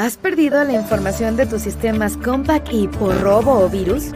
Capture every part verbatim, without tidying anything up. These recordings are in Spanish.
¿Has perdido la información de tus sistemas Compact I por robo o virus?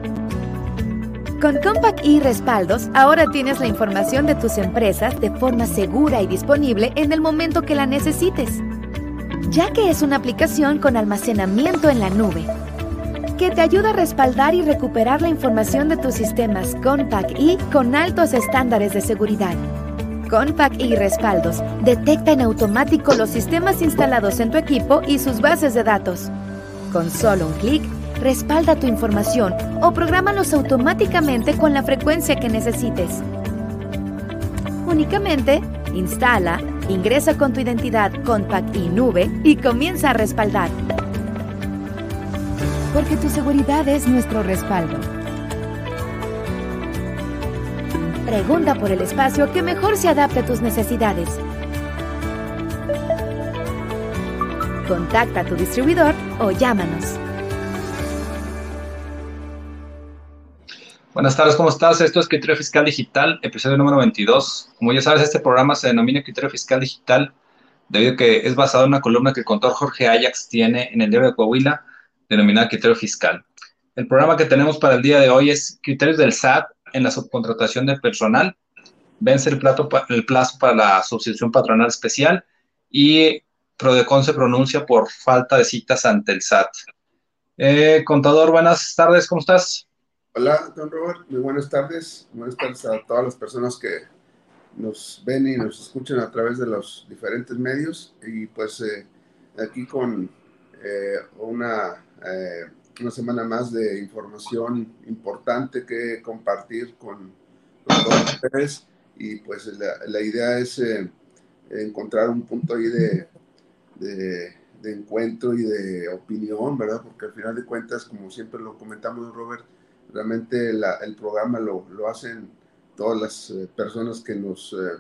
Con Compact I Respaldos, ahora tienes la información de tus empresas de forma segura y disponible en el momento que la necesites, ya que es una aplicación con almacenamiento en la nube, que te ayuda a respaldar y recuperar la información de tus sistemas Compact I con altos estándares de seguridad. Compact I Respaldos detecta en automático los sistemas instalados en tu equipo y sus bases de datos. Con solo un clic, respalda tu información o prográmalos automáticamente con la frecuencia que necesites. Únicamente, instala, ingresa con tu identidad Compact I Nube y comienza a respaldar. Porque tu seguridad es nuestro respaldo. Pregunta por el espacio que mejor se adapte a tus necesidades. Contacta a tu distribuidor o llámanos. Buenas tardes, ¿cómo estás? Esto es Criterio Fiscal Digital, episodio número veintidós. Como ya sabes, este programa se denomina Criterio Fiscal Digital debido a que es basado en una columna que el contador Jorge Ayax tiene en el Diario de Coahuila, denominada Criterio Fiscal. El programa que tenemos para el día de hoy es Criterios del S A T en la subcontratación de personal. Vence el, plato, el plazo para la sustitución patronal especial y Prodecon se pronuncia por falta de citas ante el S A T. Eh, contador, buenas tardes, ¿cómo estás? Hola, don Robert, muy buenas tardes. Buenas tardes a todas las personas que nos ven y nos escuchan a través de los diferentes medios. Y pues eh, aquí con eh, una, eh, una semana más de información importante que compartir con, con todos ustedes. Y pues la, la idea es eh, encontrar un punto ahí de, de, de encuentro y de opinión, ¿verdad? Porque al final de cuentas, como siempre lo comentamos, don Robert, realmente la, el programa lo, lo hacen todas las eh, personas que nos, eh,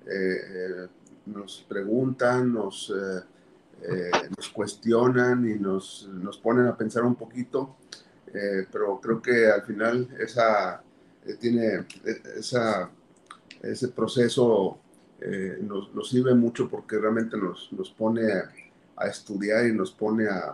eh, nos preguntan, nos, eh, eh, nos cuestionan y nos, nos ponen a pensar un poquito, eh, pero creo que al final esa, eh, tiene esa, ese proceso eh, nos, nos sirve mucho porque realmente nos, nos pone a, a estudiar y nos pone a,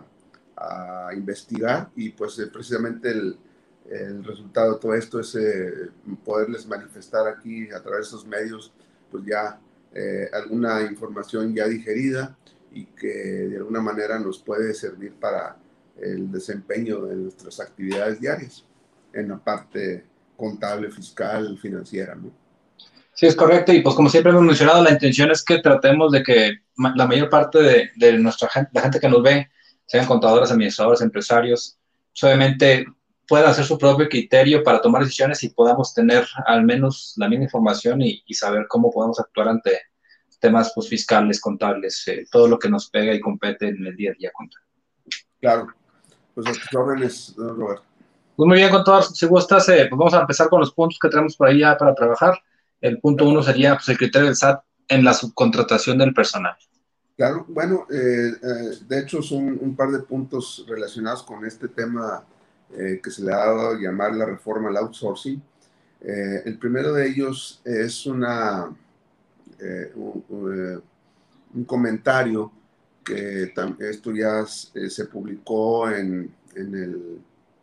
a investigar y pues eh, precisamente el El resultado de todo esto es eh, poderles manifestar aquí a través de estos medios pues ya eh, alguna información ya digerida y que de alguna manera nos puede servir para el desempeño de nuestras actividades diarias en la parte contable, fiscal, financiera, ¿no? Sí, es correcto, y pues como siempre hemos mencionado, la intención es que tratemos de que la mayor parte de, de nuestra gente, la gente que nos ve, sean contadores, administradores, empresarios, pues obviamente puedan hacer su propio criterio para tomar decisiones y podamos tener al menos la misma información y, y saber cómo podemos actuar ante temas pues, fiscales, contables, eh, todo lo que nos pega y compete en el día a día. Claro, pues a tus órdenes, don Robert. Pues muy bien, contador, si gustas, eh, pues vamos a empezar con los puntos que tenemos por ahí ya para trabajar. El punto uno sería pues, el criterio del S A T en la subcontratación del personal. Claro, bueno, eh, eh, de hecho son un par de puntos relacionados con este tema eh, que se le ha dado a llamar la reforma al outsourcing. Eh, el primero de ellos es una, eh, un, un, un comentario que tam, esto ya eh, se publicó en, en, el,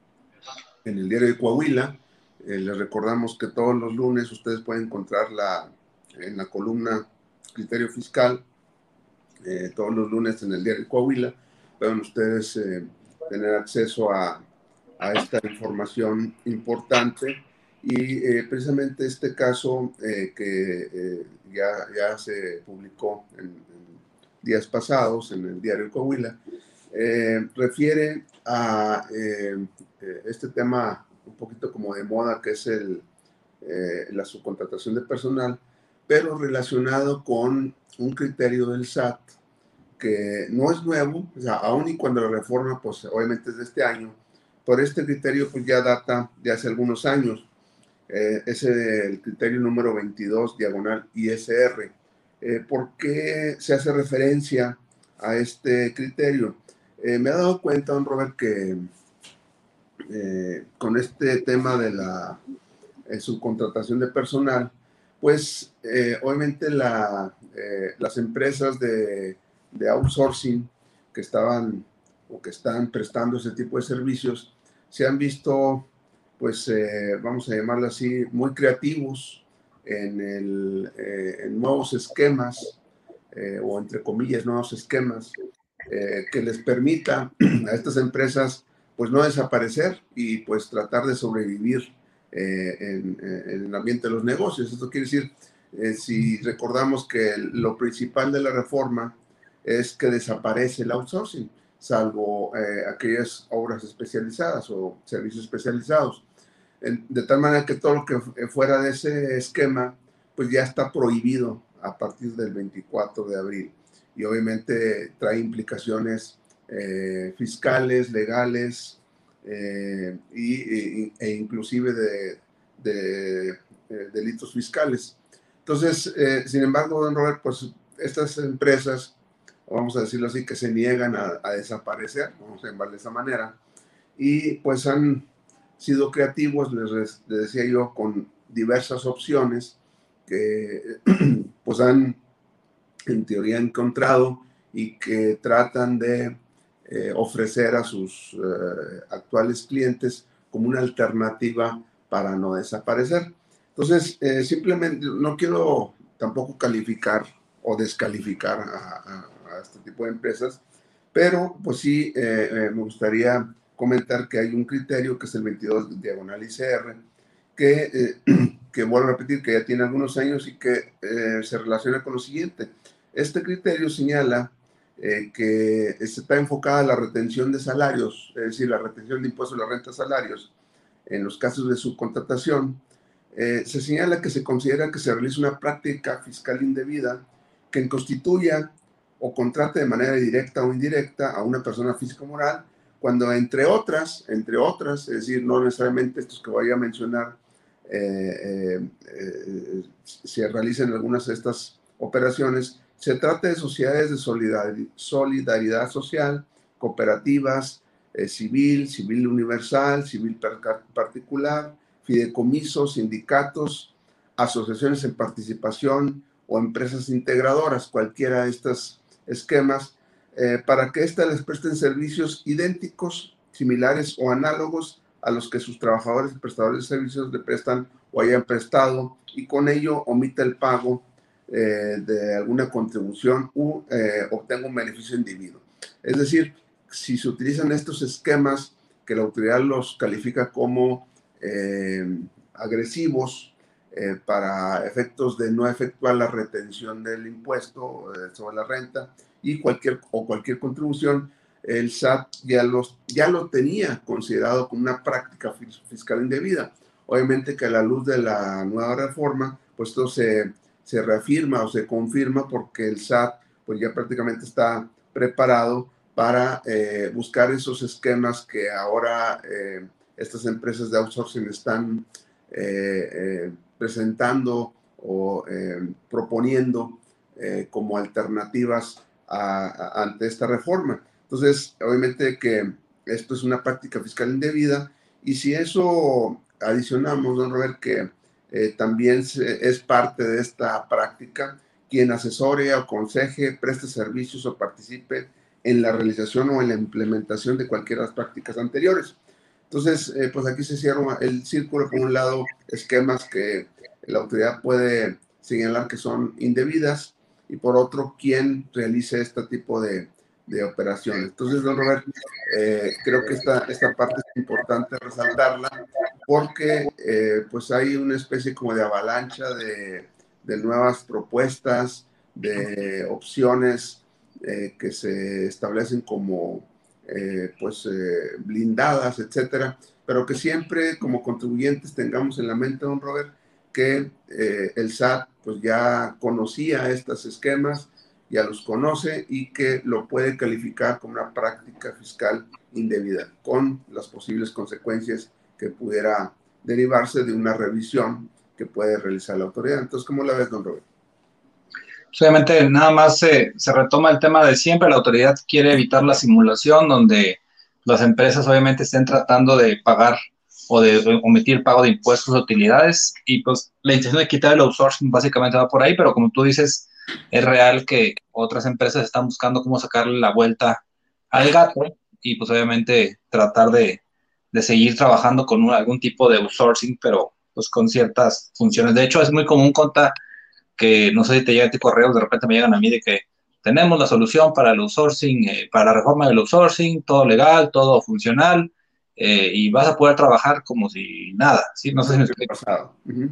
en el Diario de Coahuila. Eh, les recordamos que todos los lunes ustedes pueden encontrarla en la columna Criterio Fiscal. Eh, todos los lunes en el Diario de Coahuila pueden ustedes eh, tener acceso a, a esta información importante y eh, precisamente este caso eh, que eh, ya, ya se publicó en, en días pasados en el Diario de Coahuila eh, refiere a eh, este tema un poquito como de moda que es el, eh, la subcontratación de personal, pero relacionado con un criterio del S A T que no es nuevo, o sea, aún y cuando la reforma, pues obviamente es de este año, por este criterio pues ya data de hace algunos años, eh, es el criterio número veintidós, diagonal I S R. Eh, ¿Por qué se hace referencia a este criterio? Eh, me he dado cuenta, don Robert, que eh, con este tema de la eh, subcontratación de personal, pues eh, obviamente la, eh, las empresas de, de outsourcing que estaban o que están prestando ese tipo de servicios se han visto, pues, eh, vamos a llamarlo así, muy creativos en, el, eh, en nuevos esquemas, eh, o entre comillas, nuevos esquemas, eh, que les permita a estas empresas, pues, no desaparecer y, pues, tratar de sobrevivir eh, en, en el ambiente de los negocios. Esto quiere decir, eh, si recordamos que lo principal de la reforma es que desaparece el outsourcing, salvo eh, aquellas obras especializadas o servicios especializados. En, de tal manera que todo lo que fuera de ese esquema, pues ya está prohibido a partir del veinticuatro de abril. Y obviamente trae implicaciones eh, fiscales, legales, eh, y, y, e inclusive de, de, de delitos fiscales. Entonces, eh, sin embargo, don Robert, pues estas empresas, vamos a decirlo así, que se niegan a, a desaparecer, vamos a llamarle de esa manera, y pues han sido creativos, les, les decía yo, con diversas opciones que pues han en teoría encontrado y que tratan de eh, ofrecer a sus eh, actuales clientes como una alternativa para no desaparecer. Entonces, eh, simplemente no quiero tampoco calificar o descalificar a, a, a este tipo de empresas, pero pues sí eh, eh, me gustaría comentar que hay un criterio que es el veintidós diagonal I C R, que, eh, que vuelvo a repetir que ya tiene algunos años y que eh, se relaciona con lo siguiente. Este criterio señala eh, que está enfocada a la retención de salarios, es decir, la retención de impuestos a la renta salarios. En los casos de subcontratación, eh, se señala que se considera que se realiza una práctica fiscal indebida que constituya o contrate de manera directa o indirecta a una persona física o moral, cuando entre otras, entre otras, es decir, no necesariamente estos que voy a mencionar, eh, eh, eh, se realicen algunas de estas operaciones, se trata de sociedades de solidaridad, solidaridad social, cooperativas, eh, civil, civil universal, civil particular, fideicomisos, sindicatos, asociaciones en participación o empresas integradoras, cualquiera de estos esquemas, eh, para que éstas les presten servicios idénticos, similares o análogos a los que sus trabajadores y prestadores de servicios le prestan o hayan prestado, y con ello omita el pago eh, de alguna contribución u eh, obtenga un beneficio individuo. Es decir, si se utilizan estos esquemas que la autoridad los califica como eh, agresivos eh, para efectos de no efectuar la retención del impuesto eh, sobre la renta y cualquier, o cualquier contribución, el S A T ya, los, ya lo tenía considerado como una práctica fiscal indebida. Obviamente que a la luz de la nueva reforma, pues esto se, se reafirma o se confirma, porque el S A T pues ya prácticamente está preparado para eh, buscar esos esquemas que ahora eh, estas empresas de outsourcing están eh, eh, presentando o eh, proponiendo eh, como alternativas a, a, ante esta reforma. Entonces, obviamente que esto es una práctica fiscal indebida, y si eso adicionamos, don Robert, que eh, también se, es parte de esta práctica quien asesore, aconseje, preste servicios o participe en la realización o en la implementación de cualquiera de las prácticas anteriores. Entonces, eh, pues aquí se cierra el círculo. Por un lado, esquemas que la autoridad puede señalar que son indebidas, y por otro, quien realice este tipo de, de operaciones. Entonces, don Robert, eh, creo que esta, esta parte es importante resaltarla, porque eh, pues hay una especie como de avalancha de, de nuevas propuestas, de opciones eh, que se establecen como eh, pues eh, blindadas, etcétera, pero que siempre como contribuyentes tengamos en la mente, don Robert, que eh, el S A T pues ya conocía estos esquemas, ya los conoce, y que lo puede calificar como una práctica fiscal indebida, con las posibles consecuencias que pudiera derivarse de una revisión que puede realizar la autoridad. Entonces, ¿cómo la ves, don Robert? Obviamente, nada más se, se retoma el tema de siempre. La autoridad quiere evitar la simulación donde las empresas obviamente estén tratando de pagar o de omitir pago de impuestos o utilidades, y pues la intención de quitar el outsourcing básicamente va por ahí, pero como tú dices, es real que otras empresas están buscando cómo sacarle la vuelta al gato y pues obviamente tratar de, de seguir trabajando con un, algún tipo de outsourcing, pero pues con ciertas funciones. De hecho, es muy común, Conta, que no sé si te llegan a ti correos, de repente me llegan a mí de que tenemos la solución para el outsourcing, eh, para la reforma del outsourcing, todo legal, todo funcional, eh, y vas a poder trabajar como si nada, ¿sí? No sé si me explico. Pasado. Uh-huh.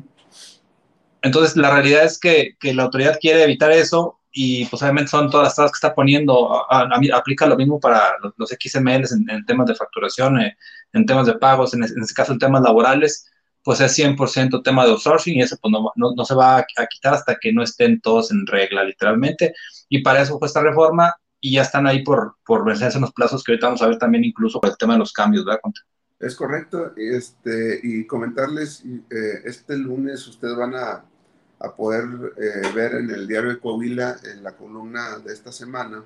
Entonces, la realidad es que, que, la autoridad quiere evitar eso y pues obviamente son todas las trabas que está poniendo. A, a, a, aplica lo mismo para los, los X M Ls en, en, temas de facturación, eh, en temas de pagos, en, en este caso en temas laborales, pues es cien por ciento tema de outsourcing y eso pues no, no, no se va a, a quitar hasta que no estén todos en regla, literalmente. Y para eso fue esta reforma y ya están ahí por, por vencerse en los plazos que ahorita vamos a ver también incluso por el tema de los cambios, ¿verdad? Es correcto, este, y comentarles, eh, este lunes ustedes van a, a poder eh, ver en el diario de Coahuila, en la columna de esta semana,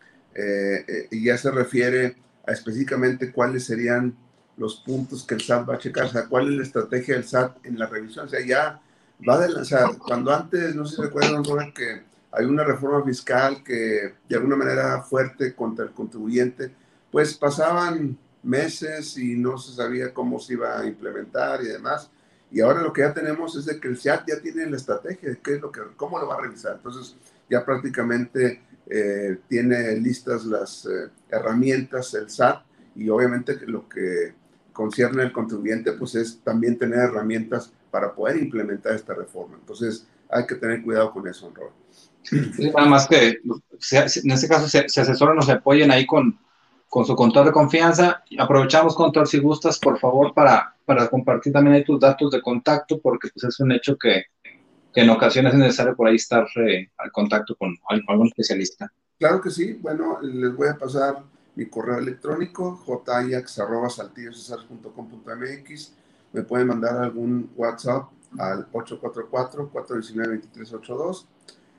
eh, eh, y ya se refiere a específicamente cuáles serían los puntos que el S A T va a checar, o sea, cuál es la estrategia del S A T en la revisión, o sea, ya va de, o sea, cuando antes, no sé si recuerdan, Robert, que hay una reforma fiscal que de alguna manera fuerte contra el contribuyente, pues pasaban meses y no se sabía cómo se iba a implementar y demás. Y ahora lo que ya tenemos es de que el S A T ya tiene la estrategia de qué es lo que, cómo lo va a revisar. Entonces, ya prácticamente eh, tiene listas las eh, herramientas el S A T y obviamente lo que concierne al contribuyente, pues es también tener herramientas para poder implementar esta reforma. Entonces, hay que tener cuidado con eso, Robert. Sí, nada más que en este caso se, se asesoran o se apoyen ahí con con su contador de confianza. Aprovechamos, contador, si gustas, por favor, para, para compartir también ahí tus datos de contacto, porque pues es un hecho que, que en ocasiones es necesario por ahí estar eh, al contacto con algún especialista. Claro que sí. Bueno, les voy a pasar mi correo electrónico, jayax arroba saltilloscesar punto com punto m x. Me pueden mandar algún WhatsApp al ocho cuatro cuatro, cuatro uno nueve, dos tres ocho dos.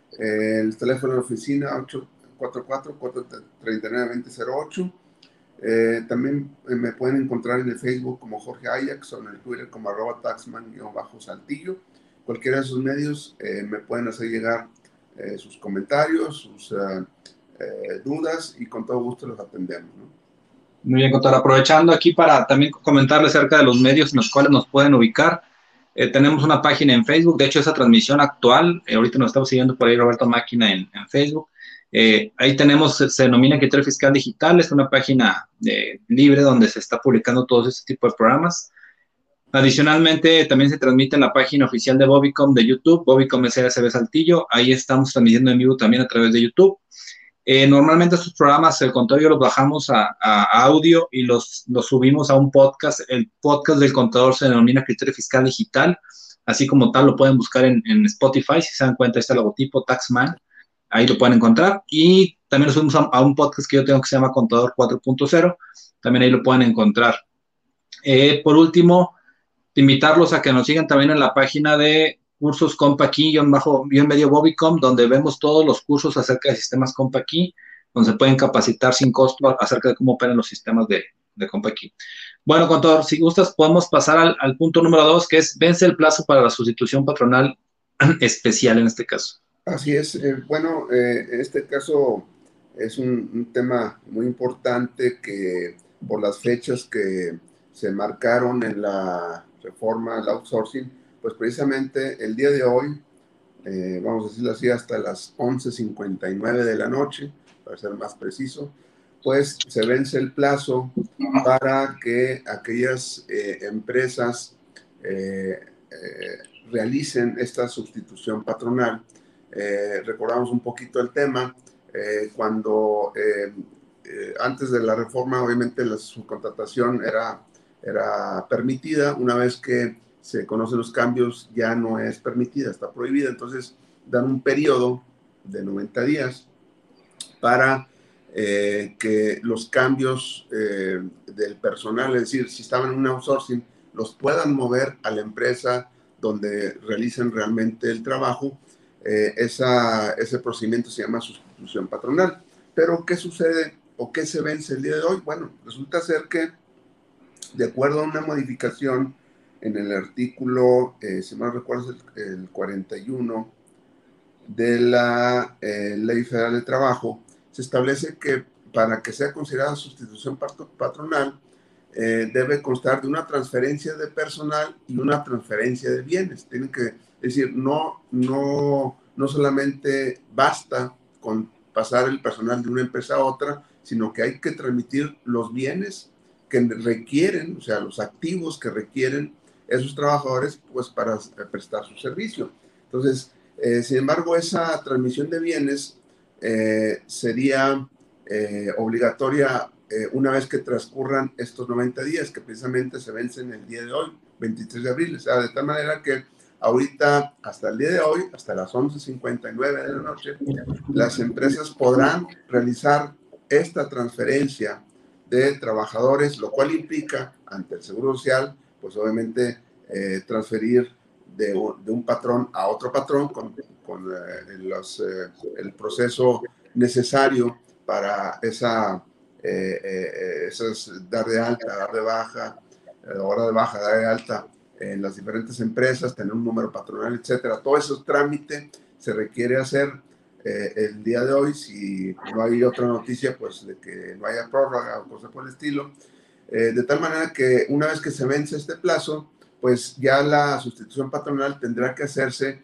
Eh, el teléfono de la oficina ocho cuatro cuatro, cuatro tres nueve, dos cero cero ocho. Eh, también eh, me pueden encontrar en el Facebook como Jorge Ajax o en el Twitter como arroba taxman-saltillo. Cualquiera de esos medios eh, me pueden hacer llegar eh, sus comentarios, sus uh, eh, dudas y con todo gusto los atendemos, ¿no? Muy bien, contador. Aprovechando aquí para también comentarles acerca de los medios en los cuales nos pueden ubicar. Eh, tenemos una página en Facebook, de hecho esa transmisión actual, eh, ahorita nos estamos siguiendo por ahí Roberto Máquina en, en Facebook. Eh, ahí tenemos, se denomina Criterio Fiscal Digital, es una página eh, libre donde se está publicando todo este tipo de programas. Adicionalmente, también se transmite en la página oficial de Bobicom de YouTube, Bobicom S R S B Saltillo, ahí estamos transmitiendo en vivo también a través de YouTube. Eh, normalmente estos programas, el contador y yo los bajamos a, a audio y los, los subimos a un podcast. El podcast del contador se denomina Criterio Fiscal Digital, así como tal lo pueden buscar en, en Spotify, si se dan cuenta, este logotipo, Taxman, ahí lo pueden encontrar. Y también lo subimos a, a un podcast que yo tengo que se llama Contador cuatro punto cero, también ahí lo pueden encontrar. Eh, por último, invitarlos a que nos sigan también en la página de cursos CompaKey, guión bajo, guión medio Bobicom, donde vemos todos los cursos acerca de sistemas CompaKey, donde se pueden capacitar sin costo acerca de cómo operan los sistemas de, de CompaKey. Bueno, contador, si gustas, podemos pasar al, al punto número dos, que es vence el plazo para la sustitución patronal especial en este caso. Así es. Eh, bueno, eh, en este caso es un, un tema muy importante que por las fechas que se marcaron en la reforma del outsourcing, pues precisamente el día de hoy, eh, vamos a decirlo así, hasta las once cincuenta y nueve de la noche, para ser más preciso, pues se vence el plazo para que aquellas eh, empresas eh, eh, realicen esta sustitución patronal. Eh, recordamos un poquito el tema, eh, cuando eh, eh, antes de la reforma obviamente la subcontratación era, era permitida, una vez que se conocen los cambios ya no es permitida, está prohibida, entonces dan un periodo de noventa días para eh, que los cambios eh, del personal, es decir, si estaban en un outsourcing, los puedan mover a la empresa donde realicen realmente el trabajo. Eh, esa, ese procedimiento se llama sustitución patronal. Pero, ¿qué sucede o qué se vence el día de hoy? Bueno, resulta ser que, de acuerdo a una modificación en el artículo, eh, si mal recuerdo, el, el cuarenta y uno de la eh, Ley Federal de Trabajo, se establece que para que sea considerada sustitución patronal, eh, debe constar de una transferencia de personal y una transferencia de bienes. Tienen que, es decir, no, no, no solamente basta con pasar el personal de una empresa a otra, sino que hay que transmitir los bienes que requieren, o sea, los activos que requieren esos trabajadores, pues, para prestar su servicio. Entonces, eh, sin embargo, esa transmisión de bienes eh, sería eh, obligatoria eh, una vez que transcurran estos noventa días, que precisamente se vencen el día de hoy, veintitrés de abril. O sea, de tal manera que ahorita, hasta el día de hoy, hasta las once cincuenta y nueve de la noche, las empresas podrán realizar esta transferencia de trabajadores, lo cual implica, ante el Seguro Social, pues obviamente eh, transferir de, de un patrón a otro patrón con, con eh, los, eh, el proceso necesario para esa, eh, eh, esas, dar de alta, dar de baja, eh, hora de baja, dar de alta en las diferentes empresas, tener un número patronal, etcétera. Todo ese trámite se requiere hacer eh, el día de hoy. Si no hay otra noticia, pues de que no haya prórroga o cosas por el estilo. Eh, de tal manera que una vez que se vence este plazo, pues ya la sustitución patronal tendrá que hacerse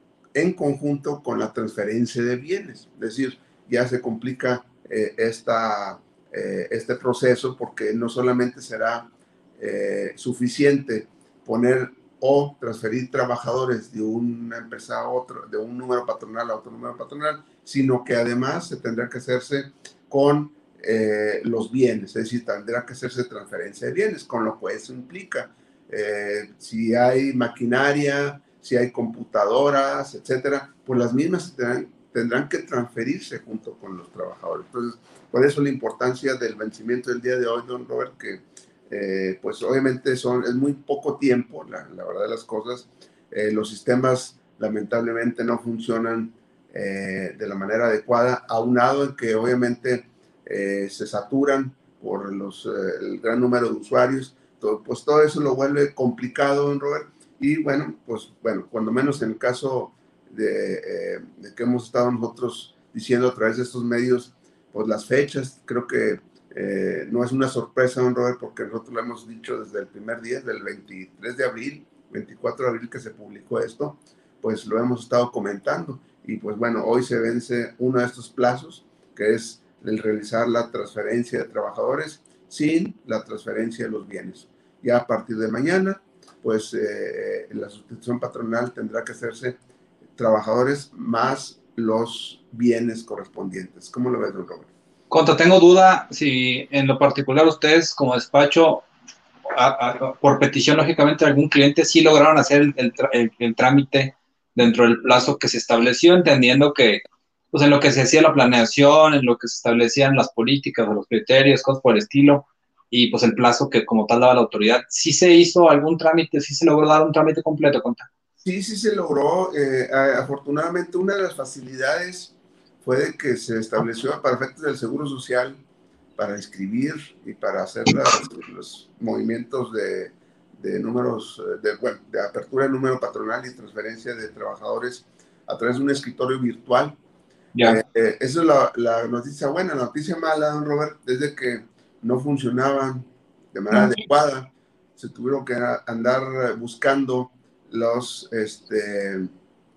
en conjunto con la transferencia de bienes. Es decir, ya se complica eh, esta, eh, este proceso, porque no solamente será eh, suficiente poner o transferir trabajadores de una empresa a otra, de un número patronal a otro número patronal, sino que además se tendrá que hacerse con eh, los bienes, es decir, tendrá que hacerse transferencia de bienes, con lo que eso implica. Eh, si hay maquinaria, si hay computadoras, etcétera, pues las mismas tendrán, tendrán que transferirse junto con los trabajadores. Entonces, por eso la importancia del vencimiento del día de hoy, don Robert, que eh, pues obviamente son, es muy poco tiempo, la, la verdad de las cosas. Eh, los sistemas lamentablemente no funcionan eh, de la manera adecuada, aunado en que obviamente eh, se saturan por los, eh, el gran número de usuarios. Todo, pues todo eso lo vuelve complicado, don Robert. Y bueno, pues bueno, cuando menos en el caso de, eh, de que hemos estado nosotros diciendo a través de estos medios, pues las fechas, creo que eh, no es una sorpresa, don Robert, porque nosotros lo hemos dicho desde el primer día, del veintitrés de abril, veinticuatro de abril que se publicó esto, pues lo hemos estado comentando. Y pues bueno, hoy se vence uno de estos plazos, que es el realizar la transferencia de trabajadores sin la transferencia de los bienes. Ya a partir de mañana, pues eh, la sustitución patronal tendrá que hacerse trabajadores más los bienes correspondientes. ¿Cómo lo ves, don Robert? Contra, tengo duda si en lo particular ustedes como despacho, a, a, por petición lógicamente de algún cliente, sí lograron hacer el, el, el, el trámite dentro del plazo que se estableció, entendiendo que pues en lo que se hacía la planeación, en lo que se establecían las políticas o los criterios, cosas por el estilo, y pues el plazo que como tal daba la autoridad. ¿Sí se hizo algún trámite? ¿Sí se logró dar un trámite completo, Conta? Sí, sí se logró. Eh, afortunadamente, una de las facilidades fue de que se estableció para efectos del Seguro Social, para inscribir y para hacer las, los movimientos de, de números, de, bueno, de apertura de número patronal y transferencia de trabajadores a través de un escritorio virtual. Ya. Eh, eh, esa es la, la noticia buena. La noticia mala, don Robert, desde que no funcionaban de manera ah, adecuada, se tuvieron que andar buscando los, este,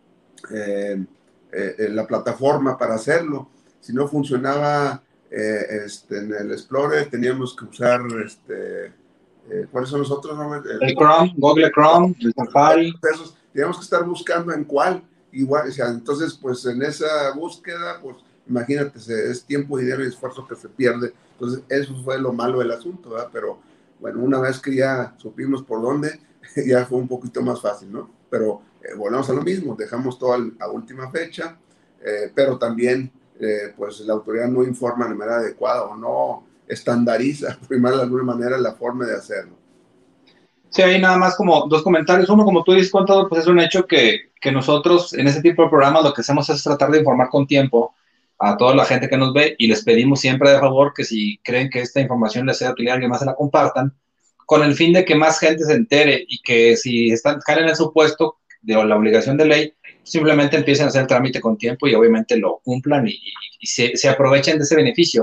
eh, eh, la plataforma para hacerlo. Si no funcionaba eh, este, en el Explorer, teníamos que usar, este, eh, ¿cuáles son los otros nombres? El, el Chrome, Google Chrome, el Safari. Teníamos que estar buscando en cuál. Igual, o sea, entonces, pues en esa búsqueda, pues imagínate, es tiempo, dinero y esfuerzo que se pierde. Entonces, eso fue lo malo del asunto, ¿verdad? Pero bueno, una vez que ya supimos por dónde, ya fue un poquito más fácil, ¿no? Pero eh, volvemos a lo mismo, dejamos todo a última fecha, eh, pero también, eh, pues la autoridad no informa de manera adecuada o no estandariza, por llamarlo de alguna manera, la forma de hacerlo. Sí, hay nada más como dos comentarios. Uno, como tú dices, Contador, pues es un hecho que, que nosotros en ese tipo de programas lo que hacemos es tratar de informar con tiempo a toda la gente que nos ve y les pedimos siempre de favor que si creen que esta información les sea de utilidad, alguien más se la compartan, con el fin de que más gente se entere y que si están, caen en el supuesto de la obligación de ley, simplemente empiecen a hacer el trámite con tiempo y obviamente lo cumplan y, y se, se aprovechen de ese beneficio.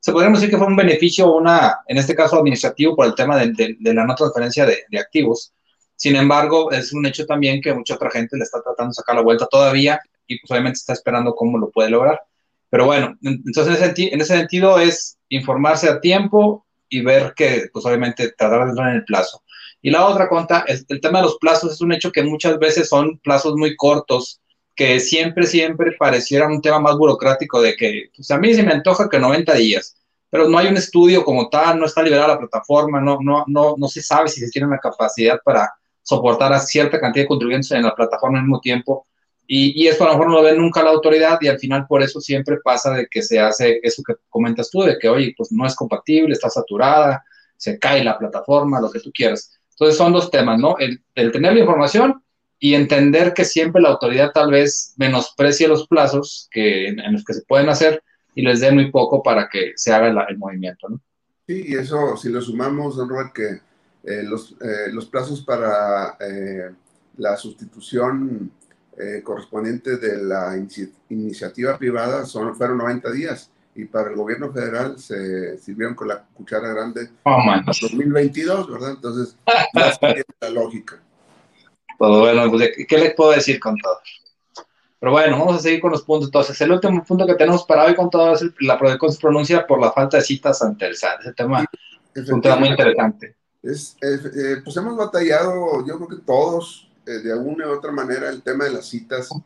se podría decir que fue un beneficio, una, en este caso administrativo, por el tema de, de, de la no transferencia de, de activos. Sin embargo, es un hecho también que mucha otra gente le está tratando de sacar la vuelta todavía y pues obviamente está esperando cómo lo puede lograr. Pero bueno, entonces en ese, en ese sentido es informarse a tiempo y ver que pues obviamente tratar de entrar en el plazo. Y la otra cuenta, es, el tema de los plazos es un hecho que muchas veces son plazos muy cortos, que siempre, siempre pareciera un tema más burocrático de que, pues a mí se me antoja que noventa días, pero no hay un estudio como tal, no está liberada la plataforma, no, no, no, no se sabe si se tiene una capacidad para soportar a cierta cantidad de contribuyentes en la plataforma al mismo tiempo. Y, y esto a lo mejor no lo ve nunca la autoridad y al final por eso siempre pasa de que se hace eso que comentas tú, de que, oye, pues no es compatible, está saturada, se cae la plataforma, lo que tú quieras. Entonces son dos temas, ¿no? El, el tener la información y entender que siempre la autoridad tal vez menosprecie los plazos que, en, en los que se pueden hacer y les dé muy poco para que se haga el, el movimiento, ¿no? Sí, y eso, si lo sumamos, don Robert, que eh, los, eh, los plazos para eh, la sustitución eh, correspondiente de la inici iniciativa privada son, fueron noventa días, y para el gobierno federal se sirvieron con la cuchara grande Oh, dos mil veintidós, ¿verdad? Entonces, ya es la lógica. Pues bueno, pues, ¿qué les puedo decir con todo? Pero bueno, vamos a seguir con los puntos. Entonces, el último punto que tenemos para hoy con todo es el, la Prodecon se pronuncia por la falta de citas ante el S A T. Ese tema Sí, es un tema muy interesante. Es, es, eh, pues hemos batallado, yo creo que todos, eh, de alguna u otra manera, el tema de las citas.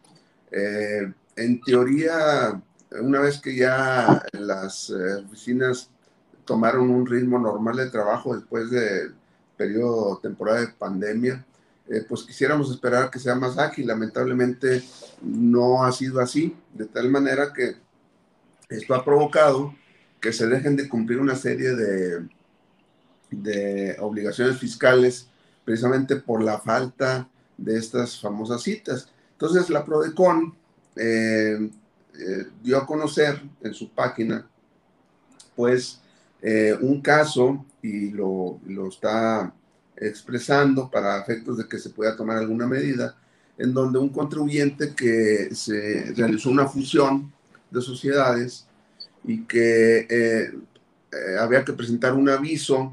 Eh, en teoría, una vez que ya las eh, oficinas tomaron un ritmo normal de trabajo después del periodo temporal de pandemia, eh, pues quisiéramos esperar que sea más ágil. Lamentablemente no ha sido así, de tal manera que esto ha provocado que se dejen de cumplir una serie de, de obligaciones fiscales precisamente por la falta de estas famosas citas. Entonces la Prodecon eh, eh, dio a conocer en su página pues eh, un caso y lo, lo está expresando para efectos de que se pueda tomar alguna medida, en donde un contribuyente que se realizó una fusión de sociedades y que eh, eh, había que presentar un aviso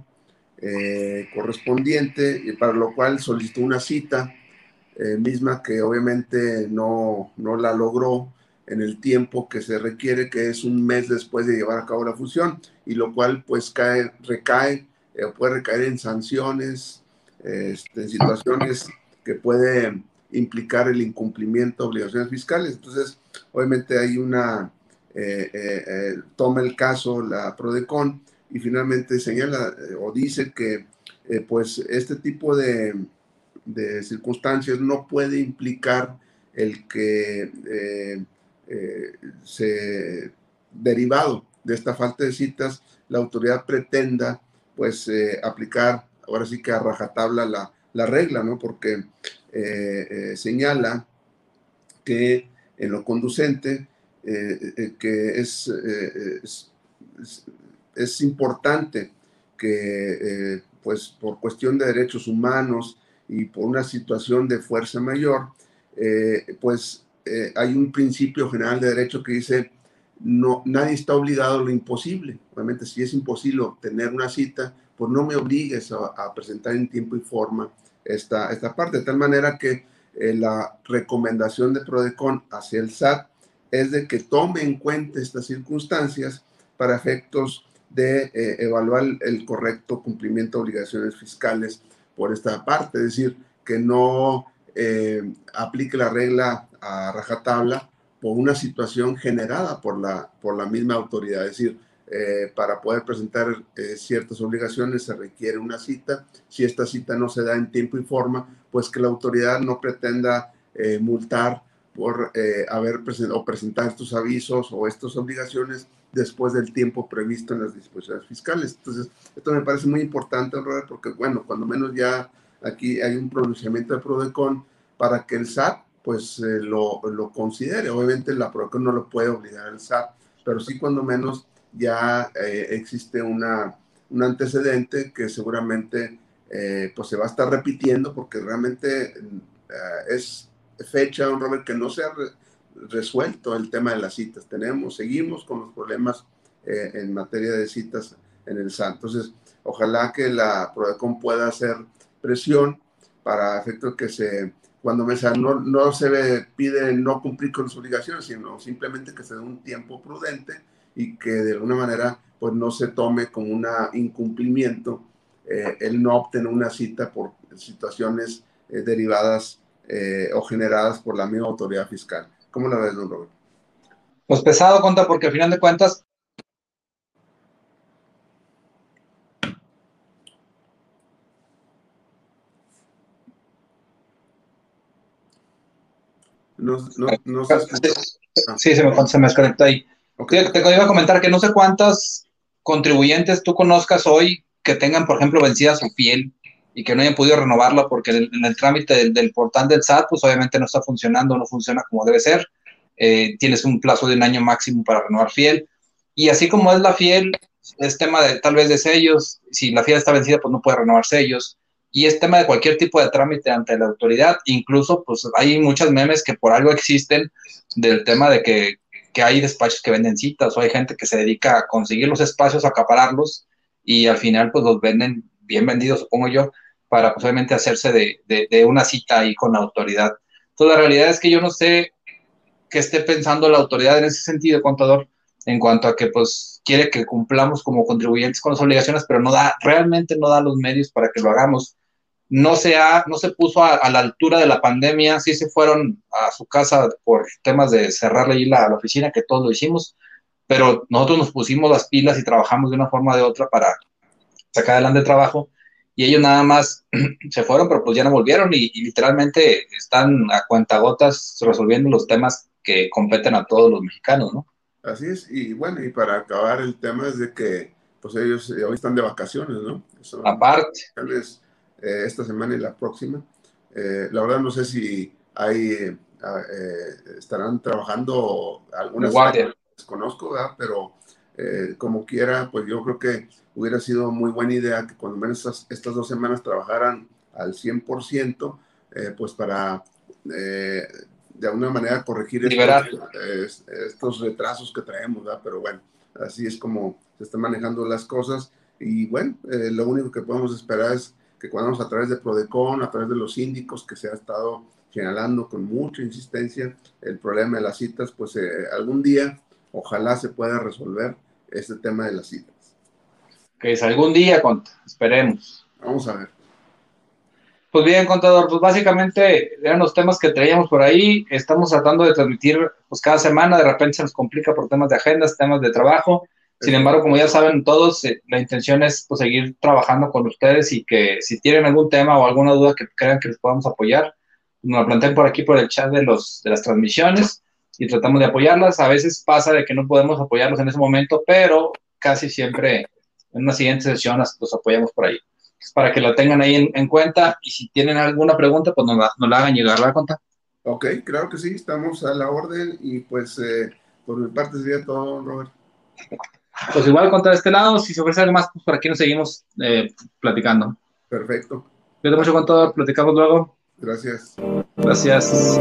eh, correspondiente, para lo cual solicitó una cita, eh, misma que obviamente no, no la logró en el tiempo que se requiere, que es un mes después de llevar a cabo la fusión, y lo cual pues cae, recae, eh, puede recaer en sanciones, eh, este, en situaciones que puede implicar el incumplimiento de obligaciones fiscales. Entonces, obviamente hay una, eh, eh, eh, toma el caso la Prodecon y finalmente señala eh, o dice que eh, pues este tipo de, de circunstancias no puede implicar el que eh, eh, se, derivado de esta falta de citas, la autoridad pretenda pues eh, aplicar ahora sí que a rajatabla la, la regla, ¿no? Porque eh, eh, señala que en lo conducente eh, eh, que es, eh, es, es, es importante que eh, pues por cuestión de derechos humanos y por una situación de fuerza mayor, eh, pues eh, hay un principio general de derecho que dice no, nadie está obligado a lo imposible. Obviamente, si es imposible obtener una cita, pues no me obligues a, a presentar en tiempo y forma esta, esta parte, de tal manera que eh, la recomendación de Prodecon hacia el S A T es de que tome en cuenta estas circunstancias para efectos de eh, evaluar el correcto cumplimiento de obligaciones fiscales por esta parte, es decir, que no eh, aplique la regla a rajatabla por una situación generada por la, por la misma autoridad, es decir, eh, para poder presentar eh, ciertas obligaciones se requiere una cita. Si esta cita no se da en tiempo y forma, pues que la autoridad no pretenda eh, multar por eh, haber presentado o presentar estos avisos o estas obligaciones después del tiempo previsto en las disposiciones fiscales. Entonces, esto me parece muy importante, Robert, porque, bueno, cuando menos ya aquí hay un pronunciamiento de Prodecon para que el S A T, pues, eh, lo, lo considere. Obviamente, la Prodecon no lo puede obligar al S A T, pero sí, cuando menos, ya eh, existe una, un antecedente que seguramente eh, pues se va a estar repitiendo, porque realmente eh, es fecha, don Robert, que no se ha re resuelto el tema de las citas. Tenemos, seguimos con los problemas eh, en materia de citas en el S A T. Entonces, ojalá que la Prodecon pueda hacer presión para efecto que se, cuando Mesa no, no se pide no cumplir con sus obligaciones, sino simplemente que se dé un tiempo prudente y que de alguna manera pues no se tome como un incumplimiento eh, el no obtener una cita por situaciones eh, derivadas eh, o generadas por la misma autoridad fiscal. ¿Cómo la ves, don Robert? Pues pesado, Conta, porque al final de cuentas No, no, no se escucha. Sí, se me, se me desconectó ahí. Okay. Te, te iba a comentar que no sé cuántas contribuyentes tú conozcas hoy que tengan, por ejemplo, vencida su fiel y que no hayan podido renovarla porque en el, en el trámite del, del portal del S A T, pues obviamente no está funcionando, no funciona como debe ser. Eh, tienes un plazo de un año máximo para renovar fiel. Y así como es la fiel, es tema de tal vez de sellos. Si la fiel está vencida, pues no puede renovar sellos. Y es tema de cualquier tipo de trámite ante la autoridad. Incluso, pues hay muchas memes que por algo existen del tema de que, que hay despachos que venden citas o hay gente que se dedica a conseguir los espacios, a acapararlos y al final pues los venden bien vendidos, supongo yo, para pues obviamente hacerse de, de, de una cita ahí con la autoridad. Entonces la realidad es que yo no sé qué esté pensando la autoridad en ese sentido, contador, en cuanto a que pues quiere que cumplamos como contribuyentes con las obligaciones, pero no da, realmente no da los medios para que lo hagamos. No se, ha, no se puso a, a la altura de la pandemia, sí se fueron a su casa por temas de cerrarle ahí la, la oficina, que todos lo hicimos, pero nosotros nos pusimos las pilas y trabajamos de una forma o de otra para sacar adelante el trabajo, y ellos nada más se fueron, pero pues ya no volvieron, y, y literalmente están a cuentagotas resolviendo los temas que competen a todos los mexicanos, ¿no? Así es, y bueno, y para acabar el tema es de que pues ellos hoy están de vacaciones, ¿no? Son, aparte. Tal vez eh, esta semana y la próxima. Eh, la verdad no sé si hay, eh, eh, estarán trabajando algunas áreas, desconozco, ¿verdad? Pero eh, como quiera, pues yo creo que hubiera sido muy buena idea que cuando menos estas, estas dos semanas trabajaran al cien por ciento, eh, pues para eh, de alguna manera corregir estos, eh, estos retrasos que traemos, ¿verdad? Pero bueno, así es como se están manejando las cosas y bueno, eh, lo único que podemos esperar es que cuando a través de Prodecon, a través de los síndicos que se ha estado señalando con mucha insistencia el problema de las citas, pues eh, algún día ojalá se pueda resolver este tema de las citas. Que es algún día, Conta, esperemos. Vamos a ver. Pues bien, contador, pues básicamente eran los temas que traíamos por ahí. Estamos tratando de transmitir pues cada semana, de repente se nos complica por temas de agendas, temas de trabajo. Sin embargo, como ya saben todos, eh, la intención es pues, seguir trabajando con ustedes y que si tienen algún tema o alguna duda que crean que les podamos apoyar, nos la planteen por aquí por el chat de, los, de las transmisiones y tratamos de apoyarlas. A veces pasa de que no podemos apoyarlos en ese momento, pero casi siempre en una siguiente sesión los apoyamos por ahí. Para que lo tengan ahí en, en cuenta y si tienen alguna pregunta, pues nos la, nos la hagan llegar, ¿verdad, Conta? Ok, claro que sí, estamos a la orden y pues eh, por mi parte sería todo, Robert. Pues igual, Conta, de este lado, si se ofrece algo más, pues por aquí nos seguimos eh, platicando. Perfecto. Cuídate mucho, Contador, platicamos luego. Gracias. Gracias.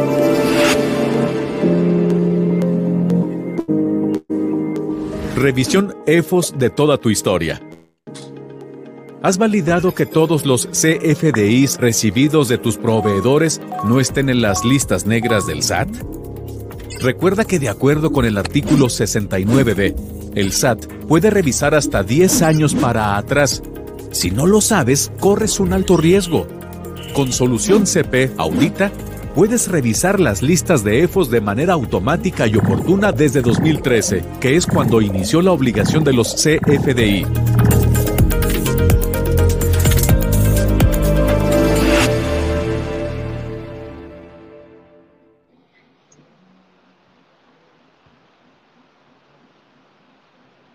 Revisión E F O S de toda tu historia. ¿Has validado que todos los C F D Is recibidos de tus proveedores no estén en las listas negras del S A T? Recuerda que de acuerdo con el artículo sesenta y nueve B, el S A T puede revisar hasta diez años para atrás. Si no lo sabes, corres un alto riesgo. Con Solución C P Audita, puedes revisar las listas de E F O S de manera automática y oportuna desde dos mil trece, que es cuando inició la obligación de los C F D I.